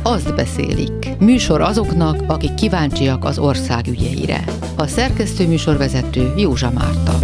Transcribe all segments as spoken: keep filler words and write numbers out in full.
azt beszélik. Műsor azoknak, akik kíváncsiak az ország ügyeire. A szerkesztő műsorvezető Józsa Márta.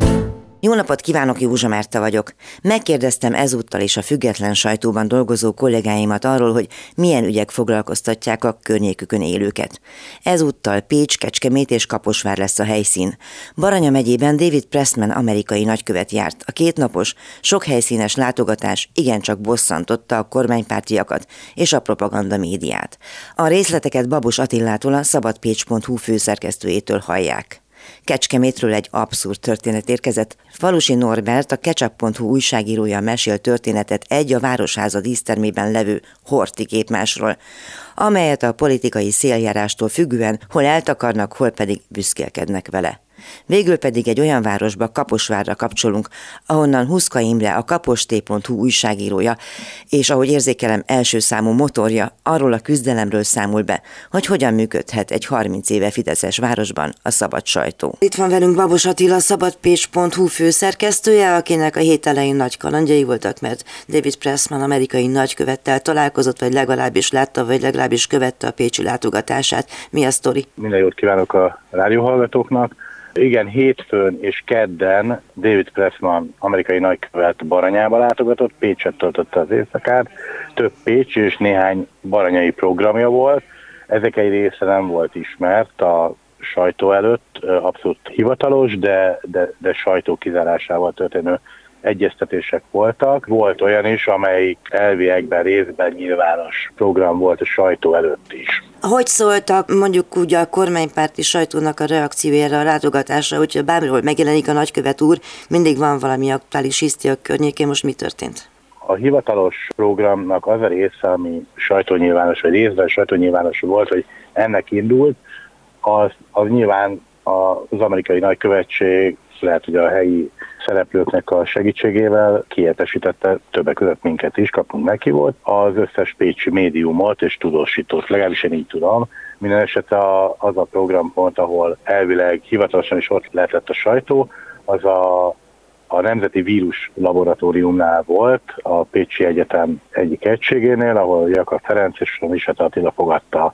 Jó napot kívánok, Józsa Márta vagyok. Megkérdeztem ezúttal is a független sajtóban dolgozó kollégáimat arról, hogy milyen ügyek foglalkoztatják a környékükön élőket. Ezúttal Pécs, Kecskemét és Kaposvár lesz a helyszín. Baranya megyében David Pressman amerikai nagykövet járt. A kétnapos, sok helyszínes látogatás igencsak bosszantotta a kormánypártiakat és a propaganda médiát. A részleteket Babos Attilától, a szabadpécs pont hu főszerkesztőjétől hallják. Kecskemétről egy abszurd történet érkezett. Falusi Norbert, a ketchup pont hu újságírója mesél történetet egy a Városháza dísztermében levő Horthy képmásról, amelyet a politikai széljárástól függően hol eltakarnak, hol pedig büszkélkednek vele. Végül pedig egy olyan városba, Kaposvárra kapcsolunk, ahonnan Huszka Imre, a kaposté pont hu újságírója, és ahogy érzékelem első számú motorja, arról a küzdelemről számol be, hogy hogyan működhet egy harminc éve fideszes városban a szabad sajtó. Itt van velünk Babos Attila, a szabadpécs pont hu főszerkesztője, akinek a hét elején nagy kalandjai voltak, mert David Pressman amerikai nagykövettel találkozott, vagy legalábbis látta, vagy legalábbis követte a pécsi látogatását. Mi a sztori? Minden jót kívánok a rádióhallgatóknak. Igen, hétfőn és kedden David Pressman amerikai nagykövet Baranyába látogatott, Pécset töltötte az éjszakát, több pécsi és néhány baranyai programja volt. Ezek egy része nem volt ismert a sajtó előtt, abszolút hivatalos, de, de, de sajtó kizárásával történő egyeztetések voltak. Volt olyan is, amelyik elviekben részben nyilvános program volt a sajtó előtt is. Hogy szóltak mondjuk úgy a kormánypárti sajtónak a reakciójára, a látogatásra, hogyha bármilyen megjelenik a nagykövet úr, mindig van valami aktuális hiszti a környékén, most mi történt? A hivatalos programnak az a része, ami sajtónyilvános, vagy részben sajtónyilvános volt, hogy ennek indult, az, az nyilván az amerikai nagykövetség, lehet, hogy a helyi szereplőknek a segítségével kiértesítette, többek között minket is, kapunk meghívót, az összes pécsi médiumot és tudósítót, legalábbis én így tudom. Minden esetre az a programpont, ahol elvileg hivatalosan is ott lehetett a sajtó, az a, a Nemzeti Vírus Laboratóriumnál volt, a Pécsi Egyetem egyik egységénél, ahol Jakab Ferenc és Miseta Attila fogadta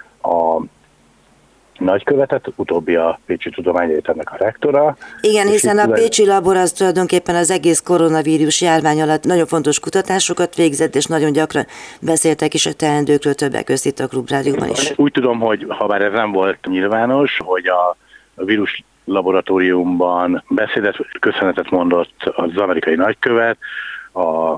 a nagykövetet, utóbbi a Pécsi Tudományegyetemnek a rektora. Igen, hiszen a Pécsi Labor az tulajdonképpen az egész koronavírus járvány alatt nagyon fontos kutatásokat végzett, és nagyon gyakran beszéltek is a teendőkről, többek között itt a Klubrádióban is. Úgy tudom, hogy ha bár ez nem volt nyilvános, hogy a vírus laboratóriumban beszédet, köszönetet mondott az amerikai nagykövet, a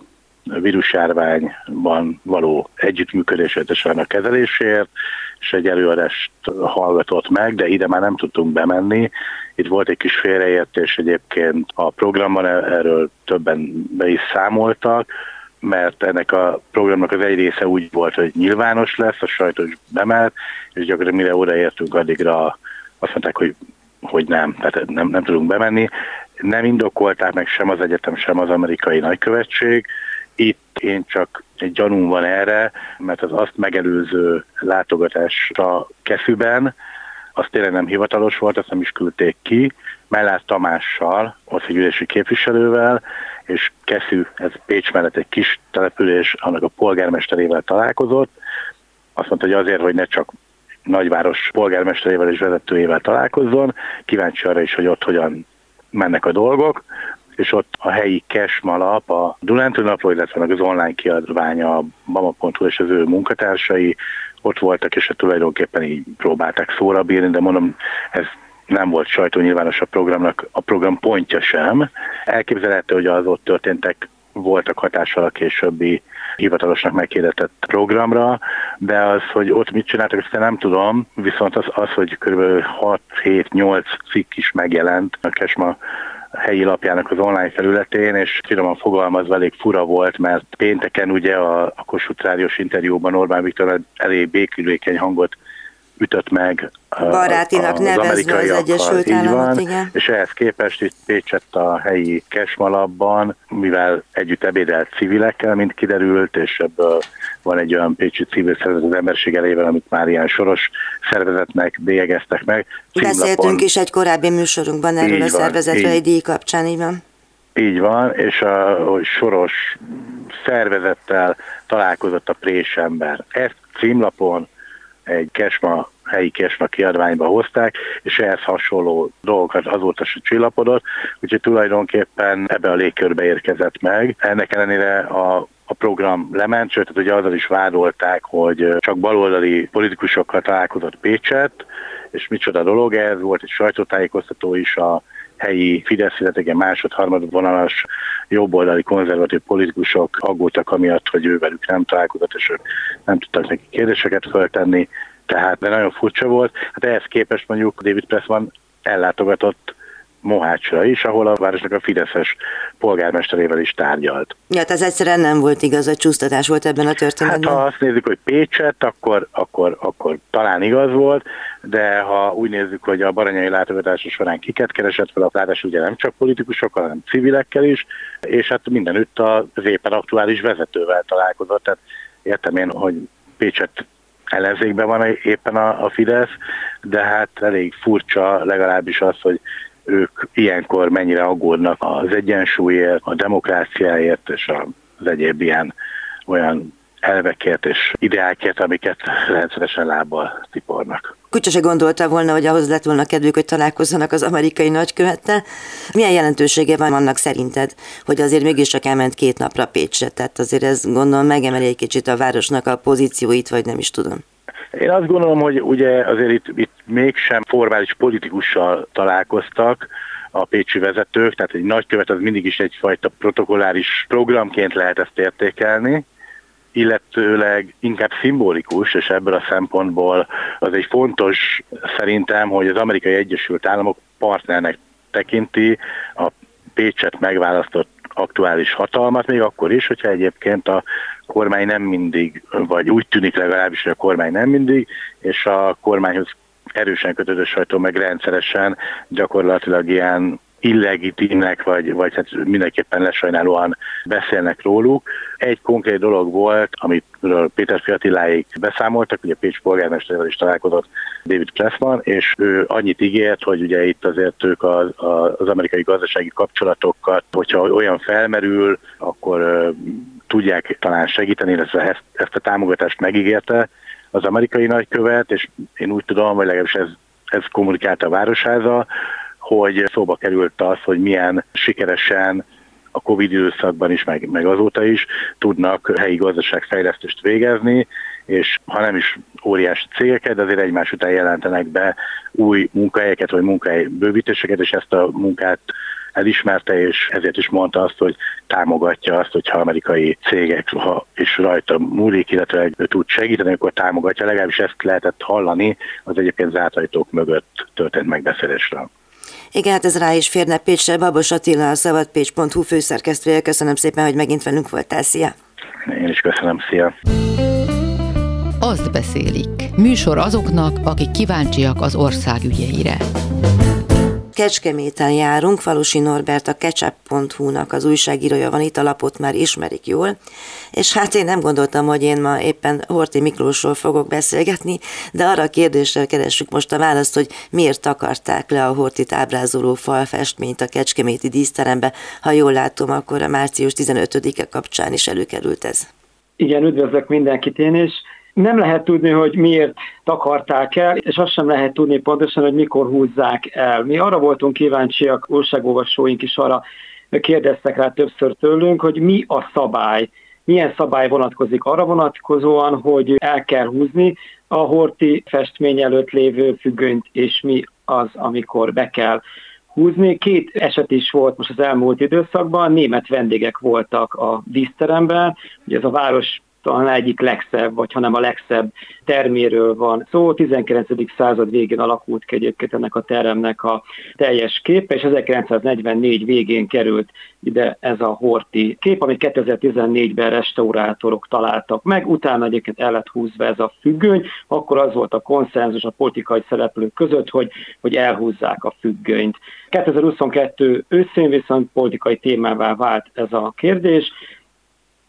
vírusjárványban való együttműködésért és a kezelésért, és egy előadást hallgatott meg, de ide már nem tudtunk bemenni. Itt volt egy kis félreértés egyébként a programban, erről többen be is számoltak, mert ennek a programnak az egy része úgy volt, hogy nyilvános lesz, a sajtó is bemelt, és gyakorlatilag mire odaértünk, addigra azt mondták, hogy, hogy nem, tehát nem, nem tudunk bemenni. Nem indokolták meg sem az egyetem, sem az amerikai nagykövetség. Itt én csak egy gyanúm van erre, mert az azt megelőző látogatásra Keszűben, az tényleg nem hivatalos volt, azt nem is küldték ki, Mellár Tamással, országgyűlési képviselővel, és Keszű, ez Pécs mellett egy kis település, annak a polgármesterével találkozott. Azt mondta, hogy azért, hogy ne csak nagyváros polgármesterével és vezetőjével találkozzon, kíváncsi arra is, hogy ott hogyan mennek a dolgok, és ott a helyi Kesma lap, a Dunántúl napló, illetve meg az online kiadványa, a bama pont hu és az ő munkatársai ott voltak, és tulajdonképpen így próbálták szóra bírni, de mondom, ez nem volt sajtónyilvános a programnak, a program pontja sem. Elképzelhető, hogy az ott történtek voltak hatással a későbbi hivatalosnak meghirdetett programra, de az, hogy ott mit csináltak, ezt nem tudom, viszont az, az hogy kb. hat hét nyolc cikk is megjelent a Kesma helyi lapjának az online felületén, és finoman fogalmazva elég fura volt, mert pénteken ugye a, a Kossuth Rádiós interjúban Orbán Viktor elég békülékeny hangot ütött meg barátinak nevezve az Egyesült Államot, igen. És ehhez képest itt Pécsett a helyi Kesma labban, mivel együtt ebédelt civilekkel, mint kiderült, és ebből van egy olyan pécsi civil szervezet az emberiség elével, amit már ilyen soros szervezetnek bélyegeztek meg. Beszéltünk is egy korábbi műsorunkban erről a szervezetről egy díj kapcsán, így van. Így van, és a hogy Soros szervezettel találkozott a présember. Ezt címlapon egy Kesma, helyi Kesma kiadványba hozták, és ehhez hasonló dolgokat azóta se csillapodott, úgyhogy tulajdonképpen ebbe a légkörbe érkezett meg. Ennek ellenére a a program lement, sőt, ugye azzal is vádolták, hogy csak baloldali politikusokkal találkozott Pécsett, és micsoda dolog ez, volt egy sajtótájékoztató is, a helyi Fidesz, illetve másod-harmad vonalas jobboldali konzervatív politikusok aggódtak amiatt, hogy ő velük nem találkozott, és ők nem tudtak neki kérdéseket föltenni, tehát de nagyon furcsa volt. Hát ehhez képest mondjuk David Pressman ellátogatott Mohácsra is, ahol a városnak a fideszes polgármesterével is tárgyalt. Ja, ez egyszerűen nem volt igaz, hogy csúsztatás volt ebben a történetben? Hát ha azt nézzük, hogy Pécsett, akkor, akkor, akkor talán igaz volt, de ha úgy nézzük, hogy a baranyai látogatása során kiket keresett fel, a ráadásul ugye nem csak politikusokkal, hanem civilekkel is, és hát mindenütt az éppen aktuális vezetővel találkozott, tehát értem én, hogy Pécsett ellenzékben van éppen a, a Fidesz, de hát elég furcsa legalábbis az, hogy ők ilyenkor mennyire aggódnak az egyensúlyért, a demokráciáért és az egyéb ilyen olyan elvekért és ideákért, amiket rendszeresen lábbal tipornak. Kutya se gondolta volna, hogy ahhoz lett volna kedvük, hogy találkozzanak az amerikai nagykövettel. Milyen jelentősége van annak szerinted, hogy azért mégiscsak elment két napra Pécsre? Tehát azért ez gondolom megemeli egy kicsit a városnak a pozícióit, vagy nem is tudom. Én azt gondolom, hogy ugye azért itt, itt mégsem formális politikussal találkoztak a pécsi vezetők, tehát egy nagykövet az mindig is egyfajta protokolláris programként lehet ezt értékelni, illetőleg inkább szimbolikus, és ebből a szempontból az egy fontos szerintem, hogy az Amerikai Egyesült Államok partnernek tekinti a Pécset megválasztott aktuális hatalmat, még akkor is, hogyha egyébként a kormány nem mindig, vagy úgy tűnik legalábbis, hogy a kormány nem mindig, és a kormányhoz erősen kötődő sajtó meg rendszeresen gyakorlatilag ilyen illegitimnek, vagy, vagy hát mindenképpen lesajnálóan beszélnek róluk. Egy konkrét dolog volt, amitről Péterfi Attiláék beszámoltak, ugye Pécs polgármesterével is találkozott David Pressman, és ő annyit ígért, hogy ugye itt azért ők az, az amerikai gazdasági kapcsolatokat, hogyha olyan felmerül, akkor uh, tudják talán segíteni, illetve ezt, ezt a támogatást megígérte az amerikai nagykövet, és én úgy tudom, vagy legalábbis ez, ez kommunikálta a Városháza, hogy szóba került az, hogy milyen sikeresen a Covid időszakban is, meg, meg azóta is tudnak helyi gazdaságfejlesztést végezni, és ha nem is óriási cégeket, de azért egymás után jelentenek be új munkahelyeket, vagy munkahelybővítéseket, és ezt a munkát elismerte, és ezért is mondta azt, hogy támogatja azt, hogyha amerikai cégek ha és rajta múlik, illetve ő tud segíteni, akkor támogatja. Legalábbis ezt lehetett hallani az egyébként zárt ajtók mögött történt megbeszélésről. Igen, hát ez rá is férne Pécsre. Babos Attila, a szabadpécs pont hu főszerkesztője. Köszönöm szépen, hogy megint velünk voltál. Szia! Én is köszönöm, szia! Azt beszélik. Műsor azoknak, akik kíváncsiak az ország ügyeire. Kecskeméten járunk, Falusi Norbert, a ketchup pont hu-nak az újságírója van itt, a lapot már ismerik jól, és hát én nem gondoltam, hogy én ma éppen Horthy Miklósról fogok beszélgetni, de arra a kérdésre keressük most a választ, hogy miért takarták le a Horthyt ábrázoló falfestményt a kecskeméti díszterembe. Ha jól látom, akkor a március tizenötödike kapcsán is előkerült ez. Igen, üdvözlök mindenkit én is. Nem lehet tudni, hogy miért takarták el, és azt sem lehet tudni pontosan, hogy mikor húzzák el. Mi arra voltunk kíváncsiak, újságolvasóink is arra kérdeztek rá többször tőlünk, hogy mi a szabály. Milyen szabály vonatkozik arra vonatkozóan, hogy el kell húzni a Horthy festmény előtt lévő függönyt, és mi az, amikor be kell húzni. Két eset is volt most az elmúlt időszakban, német vendégek voltak a díszteremben, ugye ez a város talán egyik legszebb, vagy hanem a legszebb terméről van szó. tizenkilencedik század végén alakult ki egyébként ennek a teremnek a teljes képe, és ezerkilencszáznegyvennégy végén került ide ez a Horthy kép, amit kétezer-tizennégyben restaurátorok találtak meg, utána egyébként el lett húzva ez a függöny, akkor az volt a konszenzus a politikai szereplők között, hogy, hogy elhúzzák a függönyt. kétezer-huszonkettő őszén viszont politikai témává vált ez a kérdés,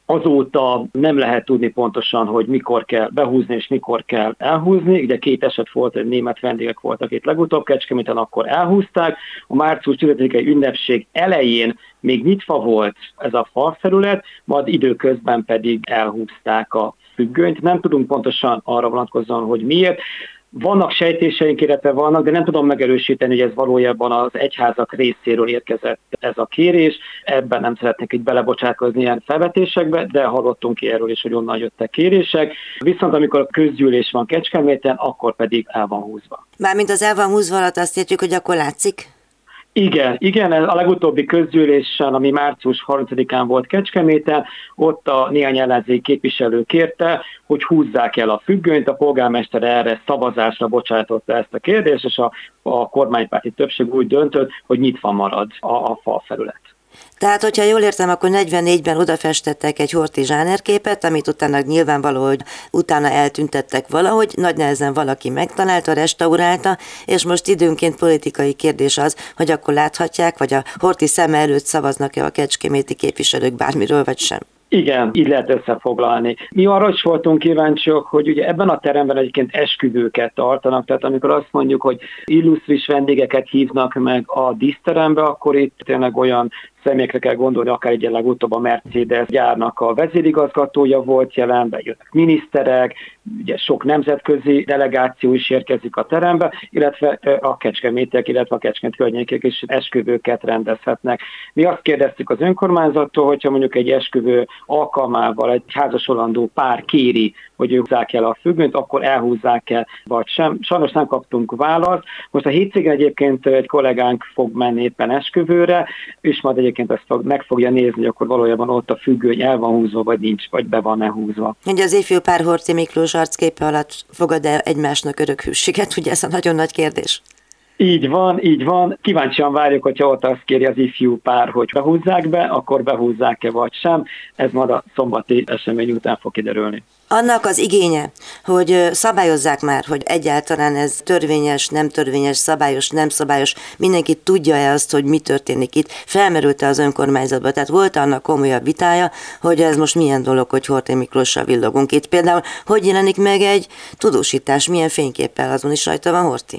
Azóta nem lehet tudni pontosan, hogy mikor kell behúzni és mikor kell elhúzni. Ugye két eset volt, hogy német vendégek voltak itt legutóbb Kecskeméten, akkor elhúzták. A március tizedikei ünnepség elején még nyitva volt ez a falfelület, majd időközben pedig elhúzták a függönyt. Nem tudunk pontosan arra vonatkozóan, hogy miért. Vannak sejtéseink, illetve vannak, de nem tudom megerősíteni, hogy ez valójában az egyházak részéről érkezett ez a kérés. Ebben nem szeretnék így belebocsátkozni ilyen felvetésekbe, de hallottunk ki erről is, hogy onnan jöttek kérések. Viszont amikor a közgyűlés van Kecskeméten, akkor pedig el van húzva. Mármint az el van húzva alatt azt értjük, hogy akkor látszik? Igen, igen, a legutóbbi közgyűlésen, ami március harmincadikán volt Kecskeméten, ott a néhány ellenzéki képviselő kérte, hogy húzzák el a függönyt, a polgármester erre szavazásra bocsátotta ezt a kérdést, és a, a kormánypárti többség úgy döntött, hogy nyitva marad a, a falfelület. Tehát, hogyha jól értem, akkor negyvennégyben odafestettek egy Horthy zsánerképet, amit utána nyilvánvaló, hogy utána eltüntettek valahogy, nagy nehezen valaki megtalálta, restaurálta, és most időnként politikai kérdés az, hogy akkor láthatják, vagy a Horthy szeme előtt szavaznak-e a kecskeméti képviselők bármiről, vagy sem. Igen, így lehet összefoglalni. Mi arra is voltunk kíváncsiak, hogy ugye ebben a teremben egyébként esküvőket tartanak, tehát amikor azt mondjuk, hogy illusztris vendégeket hívnak meg a díszterembe, akkor itt tényleg olyan személyekre kell gondolni, akár egy legutóbb a Mercedes gyárnak a vezérigazgatója volt jelen, bejönnek miniszterek, ugye sok nemzetközi delegáció is érkezik a terembe, illetve a kecskemétiek, illetve a Kecskemét környékek is esküvőket rendezhetnek. Mi azt kérdeztük az önkormányzattól, hogyha mondjuk egy esküvő alkalmával egy házasolandó pár kéri, hogy ők húzzák el a függönyt, akkor elhúzzák el, vagy sem. Sajnos nem kaptunk választ. Most a hétvégén egyébként egy kollégánk fog menni éppen esküvőre, és majd egyébként ezt fog, meg fogja nézni, hogy akkor valójában ott a függöny el van húzva, vagy nincs, vagy be van-e húzva. Ugye az ifjú pár Horthy Miklós arcképe alatt fogad-e egymásnak örök hűséget? Ugye ez a nagyon nagy kérdés. Így van, így van. Kíváncsian várjuk, hogyha ott azt kéri az ifjú pár, hogy behúzzák be, akkor behúzzák-e vagy sem. Ez majd a szombati esemény után fog kiderülni. Annak az igénye, hogy szabályozzák már, hogy egyáltalán ez törvényes, nem törvényes, szabályos, nem szabályos, mindenki tudja-e azt, hogy mi történik itt, felmerült-e az önkormányzatban, tehát volt annak komolyabb vitája, hogy ez most milyen dolog, hogy Horthy Miklóssal villogunk itt. Például, hogy jelenik meg egy tudósítás, milyen fényképpel, azon is rajta van Horthy?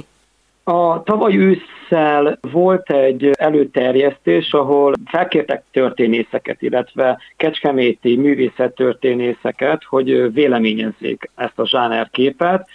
A tavaly ősszel volt egy előterjesztés, ahol felkértek történészeket, illetve kecskeméti művészettörténészeket, hogy véleményezzék ezt a zsánerképet.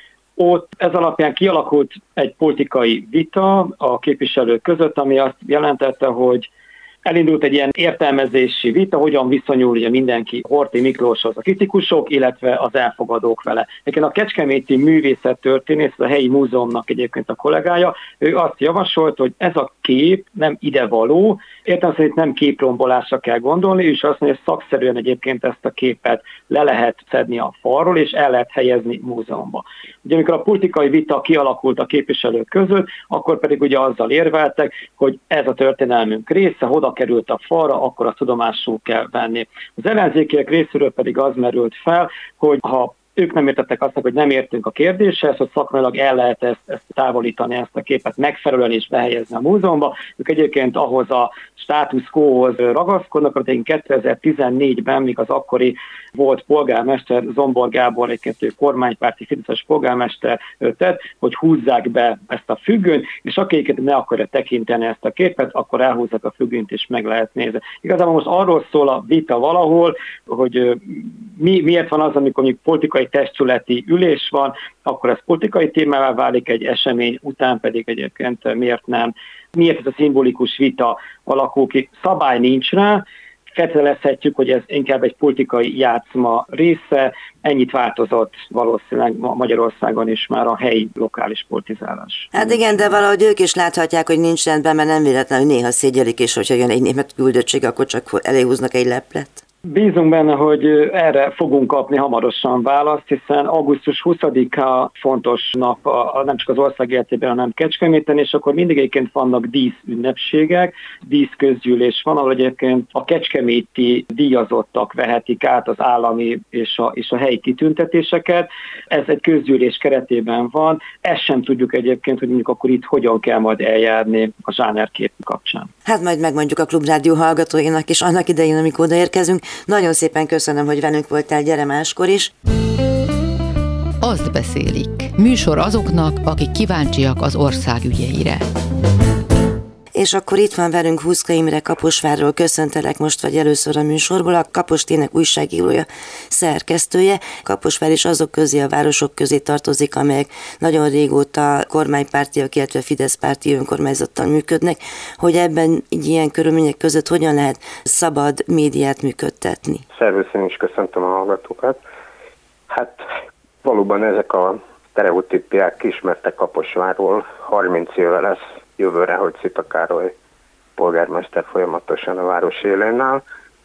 Ott ez alapján kialakult egy politikai vita a képviselők között, ami azt jelentette, hogy elindult egy ilyen értelmezési vita, hogyan viszonyul ugye mindenki Horthy Miklóshoz, a kritikusok, illetve az elfogadók vele. Egyébként a kecskeméti művészettörténész, a helyi múzeumnak egyébként a kollégája, ő azt javasolt, hogy ez a kép nem idevaló, értem szerint nem képrombolásra kell gondolni, és azt mondja, hogy szakszerűen egyébként ezt a képet le lehet szedni a falról, és el lehet helyezni múzeumba. Ugye amikor a politikai vita kialakult a képviselők között, akkor pedig ugye azzal érveltek, hogy ez a történelmünk része, oda került a falra, akkor a tudomásul kell venni. Az ellenzékiek részéről pedig az merült fel, hogy ha ők nem értettek azt, hogy nem értünk a kérdéshez, hogy szakmailag el lehet ezt, ezt távolítani, ezt a képet megfelelően és behelyezni a múzeumba. Ők egyébként ahhoz a status quo-hoz ragaszkodnak, amit kétezer-tizennégyben, míg az akkori volt polgármester, Zombor Gábor, egy kormánypárti fideszes polgármester tett, hogy húzzák be ezt a függönyt, és akiket ne akarja tekinteni ezt a képet, akkor elhúzzák a függönyt, és meg lehet nézni. Igazából most arról szól a vita valahol, hogy mi, miért van az, amikor mondjuk politikai testületi ülés van, akkor ez politikai témává válik egy esemény, után pedig egyébként miért nem. Miért ez a szimbolikus vita alakul ki? Szabály nincs rá, feltételezhetjük, hogy ez inkább egy politikai játszma része, ennyit változott valószínűleg Magyarországon is már a helyi lokális politizálás. Hát igen, de valahogy ők is láthatják, hogy nincs rendben, mert nem véletlenül néha szégyelik, és hogyha jön egy német küldöttség, akkor csak eléhúznak egy leplet. Bízunk benne, hogy erre fogunk kapni hamarosan választ, hiszen augusztus huszadika fontos nap a, nem csak az ország életében, hanem Kecskeméten, és akkor mindig egyébként vannak díszünnepségek, díszközgyűlés van, ahol egyébként a kecskeméti díjazottak vehetik át az állami és a, és a helyi kitüntetéseket. Ez egy közgyűlés keretében van, ezt sem tudjuk egyébként, hogy mondjuk akkor itt hogyan kell majd eljárni a zsánerkép kapcsán. Hát majd megmondjuk a Klubrádió hallgatóinak is annak idején, amikor odaérkezünk. Nagyon szépen köszönöm, hogy velünk voltál, gyere máskor is. Azt beszélik. Műsor azoknak, akik kíváncsiak az ország ügyeire. És akkor itt van velünk Huszka Imre Kaposvárról, köszöntelek most vagy először a műsorból, a Kapos Tének újságírója, szerkesztője. Kaposvár is azok közé, a városok közé tartozik, amelyek nagyon régóta kormánypártiak, illetve Fidesz-párti önkormányzattal működnek, hogy ebben így ilyen körülmények között hogyan lehet szabad médiát működtetni. Szervusz, én is köszöntöm a hallgatókat. Hát valóban ezek a sztereotípiák ismertek Kaposvárról, harminc éve lesz jövőre, hogy Szita Károly polgármester folyamatosan a város élén áll,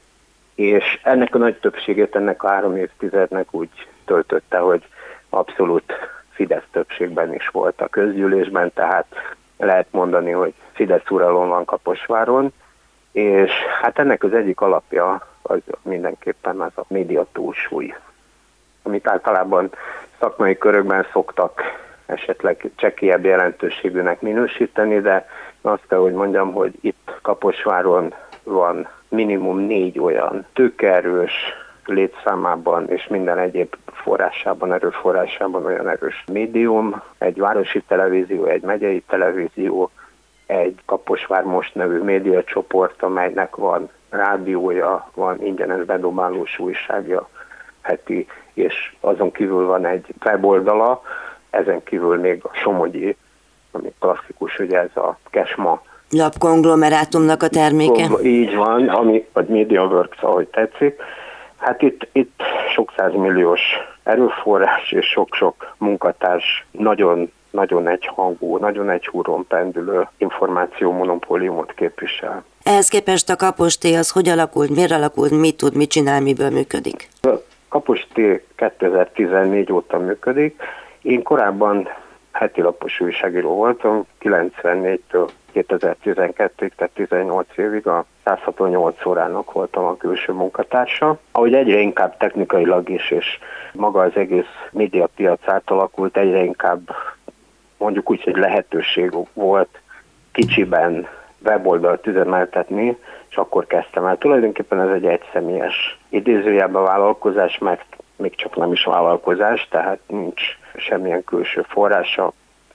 és ennek a nagy többségét, ennek a három évtizednek úgy töltötte, hogy abszolút Fidesz többségben is volt a közgyűlésben, tehát lehet mondani, hogy Fidesz uralom van Kaposváron, és hát ennek az egyik alapja az mindenképpen az a média túlsúly, amit általában szakmai körökben szoktak esetleg csekélyebb jelentőségűnek minősíteni, de azt kell, hogy mondjam, hogy itt Kaposváron van minimum négy olyan tőkeerős, létszámában és minden egyéb forrásában, erőforrásában olyan erős médium, egy városi televízió, egy megyei televízió, egy Kaposvár Most nevű médiacsoport, amelynek van rádiója, van ingyenes bedobálós újságja heti, és azon kívül van egy weboldala, ezen kívül még a Somogyi, ami klasszikus, ugye ez a Kesma lapkonglomerátumnak a terméke. Így van, ami, vagy MediaWorks, ahogy tetszik. Hát itt, itt sok százmilliós erőforrás és sok-sok munkatárs nagyon, nagyon egyhangú, nagyon egyhúron pendülő információmonopóliumot képvisel. Ehhez képest a Kaposté az hogy alakult, miért alakult, mit tud, mit csinál, miből működik? A Kaposté kétezer-tizennégy óta működik. Én korábban heti lapos újságíró voltam, kilencvennégytől kétezer-tizenkettőig, tehát tizennyolc évig a száz hatvannyolc órának voltam a külső munkatársa. Ahogy egyre inkább technikailag is, és maga az egész médiapiac átalakult, egyre inkább mondjuk úgy, hogy lehetőség volt kicsiben weboldalt üzemeltetni, és akkor kezdtem el. Tulajdonképpen ez egy egyszemélyes idézőjelben vállalkozás, mert még csak nem is vállalkozás, tehát nincs semmilyen külső forrása,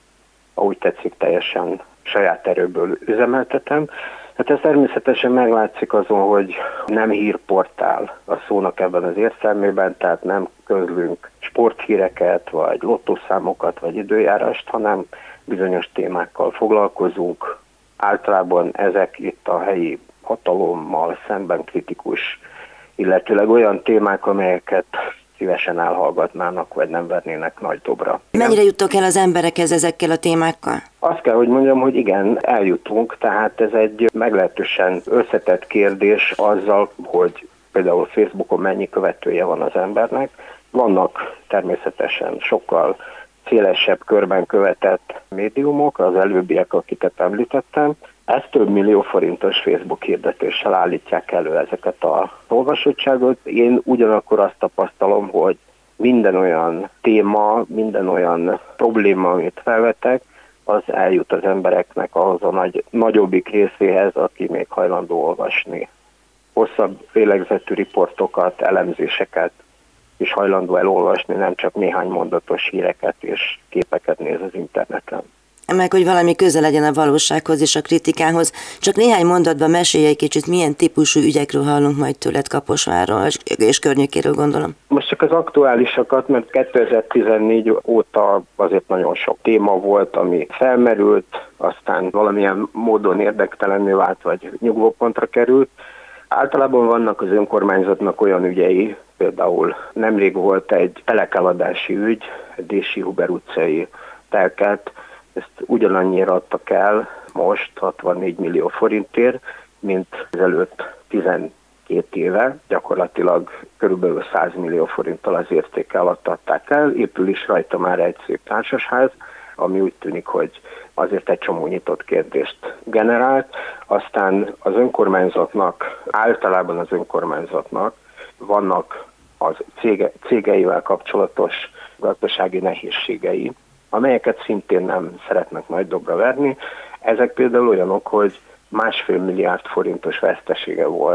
ahogy tetszik, teljesen saját erőből üzemeltetem. Hát ez természetesen meglátszik azon, hogy nem hírportál a szónak ebben az értelmében, tehát nem közlünk sporthíreket, vagy lottószámokat, vagy időjárást, hanem bizonyos témákkal foglalkozunk. Általában ezek itt a helyi hatalommal szemben kritikus, illetőleg olyan témák, amelyeket szívesen elhallgatnának, vagy nem vernének nagy dobra. Mennyire juttok el az emberekhez ezekkel a témákkal? Azt kell, hogy mondjam, hogy igen, eljutunk, tehát ez egy meglehetősen összetett kérdés azzal, hogy például Facebookon mennyi követője van az embernek. Vannak természetesen sokkal szélesebb körben követett médiumok, az előbbiek, akiket említettem. Ez több millió forintos Facebook hirdetéssel állítják elő ezeket a olvasottságot. Én ugyanakkor azt tapasztalom, hogy minden olyan téma, minden olyan probléma, amit felvetek, az eljut az embereknek ahhoz a nagy, nagyobbik részéhez, aki még hajlandó olvasni. Hosszabb lélegzetű riportokat, elemzéseket is hajlandó elolvasni, nem csak néhány mondatos híreket és képeket néz az interneten. Meg, hogy valami köze legyen a valósághoz és a kritikához. Csak néhány mondatban mesélj egy kicsit, milyen típusú ügyekről hallunk majd tőled Kaposvárról és környékéről, gondolom. Most csak az aktuálisakat, mert kétezer-tizennégy óta azért nagyon sok téma volt, ami felmerült, aztán valamilyen módon érdektelenné vált, vagy nyugvópontra került. Általában vannak az önkormányzatnak olyan ügyei, például nemrég volt egy telekeladási ügy, Dési Huber utcai telket, ezt ugyanannyira adtak el most hatvannégy millió forintért, mint ezelőtt tizenkét éve, gyakorlatilag körülbelül száz millió forinttal az értéke alatt adták el, épül is rajta már egy szép társasház, ami úgy tűnik, hogy azért egy csomó nyitott kérdést generált. Aztán az önkormányzatnak, általában az önkormányzatnak vannak az cége, cégeivel kapcsolatos gazdasági nehézségei, amelyeket szintén nem szeretnek nagy dobra verni. Ezek például olyanok, hogy másfél milliárd forintos vesztesége volt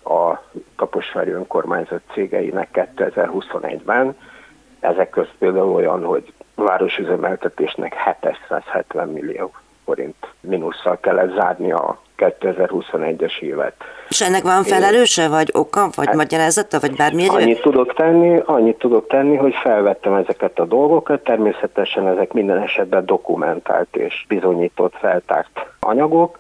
a kaposvári önkormányzat cégeinek kétezer-huszonegyben. Ezek közt például olyan, hogy városüzemeltetésnek hétszázhetven millió forint mínusszal kellett zárni a kétezer-huszonegyes évet. És ennek van felelőse, vagy oka, vagy hát, magyarázata, vagy bármi egyéb? Annyit tudok tenni, annyit tudok tenni, hogy felvettem ezeket a dolgokat, természetesen ezek minden esetben dokumentált és bizonyított, feltárt anyagok,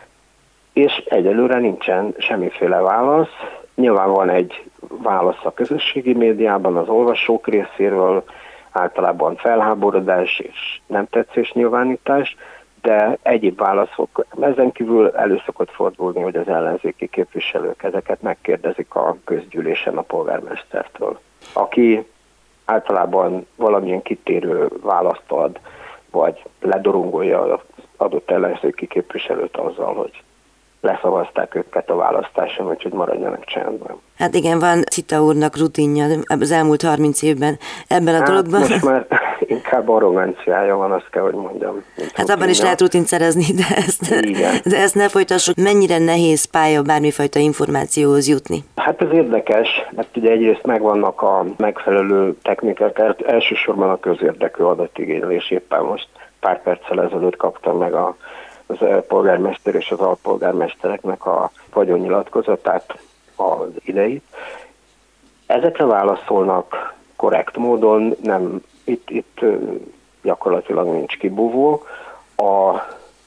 és egyelőre nincsen semmiféle válasz. Nyilván van egy válasz a közösségi médiában, az olvasók részéről, általában felháborodás és nem tetszés nyilvánítás, de egyéb válaszok, ezen kívül elő szokott fordulni, hogy az ellenzéki képviselők ezeket megkérdezik a közgyűlésen a polgármestertől, aki általában valamilyen kitérő választ ad, vagy ledorongolja az adott ellenzéki képviselőt azzal, hogy leszavazták őket a választáson, úgyhogy maradjanak csendben. Hát igen, van Cita úrnak rutinja az elmúlt harminc évben ebben a hát dologban. Most már inkább arroganciája van, azt kell, hogy mondjam. Hát abban is lehet rutint szerezni, de ezt, de ezt ne folytassuk. Mennyire nehéz pálya bármifajta információhoz jutni? Hát ez érdekes, mert ugye egyrészt megvannak a megfelelő technikák, elsősorban a közérdekű adatigénylés. Éppen most pár perccel ezelőtt kaptam meg a az polgármester és az alpolgármestereknek a vagyonnyilatkozatát, az ideit. Ezekre válaszolnak korrekt módon, nem, itt, itt gyakorlatilag nincs kibúvó. A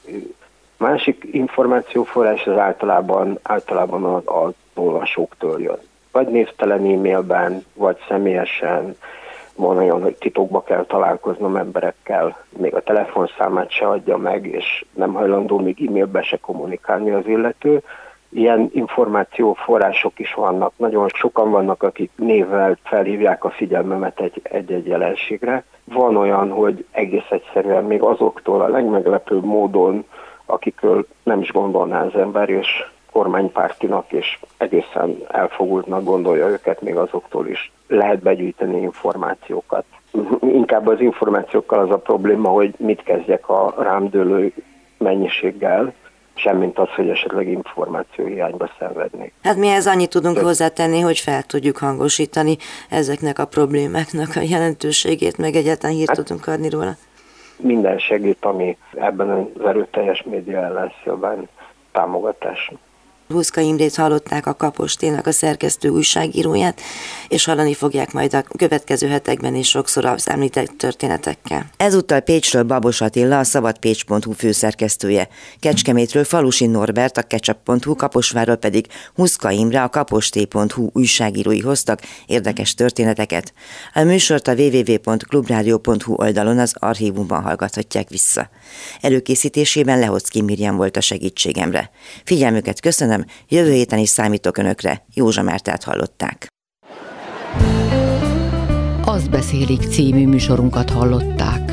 másik információforrás az általában, általában az, az olvasóktól jön. Vagy névtelen e-mailben, vagy személyesen. Van olyan, hogy titokba kell találkoznom emberekkel, még a telefonszámát se adja meg, és nem hajlandó még e-mailbe se kommunikálni az illető. Ilyen információforrások is vannak. Nagyon sokan vannak, akik névvel felhívják a figyelmemet egy, egy-egy jelenségre. Van olyan, hogy egész egyszerűen még azoktól a legmeglepőbb módon, akikről nem is gondolná az ember, és kormánypártinak és egészen elfogultnak gondolja őket, még azoktól is lehet begyűjteni információkat. Inkább az információkkal az a probléma, hogy mit kezdjek a rám dőlő mennyiséggel, semmint az, hogy esetleg információ hiányba szenvednék. Hát mi ehhez annyit tudunk hozzátenni, hogy fel tudjuk hangosítani ezeknek a problémáknak a jelentőségét, meg egyáltalán hírt hát, tudunk adni róla. Minden segít, ami ebben az erőteljes média ellenszélben támogatás. Huszka Imrét hallották, a Kaposténak a szerkesztő újságíróját, és hallani fogják majd a következő hetekben is sokszor az említett történetekkel. Ezúttal Pécsről Babos Attila, a szabadpécs pont hu főszerkesztője, Kecskemétről Falusi Norbert, a ketchup pont hu, Kaposvárról pedig Huszka Imre, a kaposté pont hu újságírói hoztak érdekes történeteket. A műsort a double-u double-u double-u pont klubrádió pont hu oldalon az archívumban hallgathatják vissza. Előkészítésében Lehoczky Mirjam volt a segítségemre. Figyelmüket köszönöm, jövő héten is számítok önökre. Józsa Mártát hallották. Azt beszélik című műsorunkat hallották.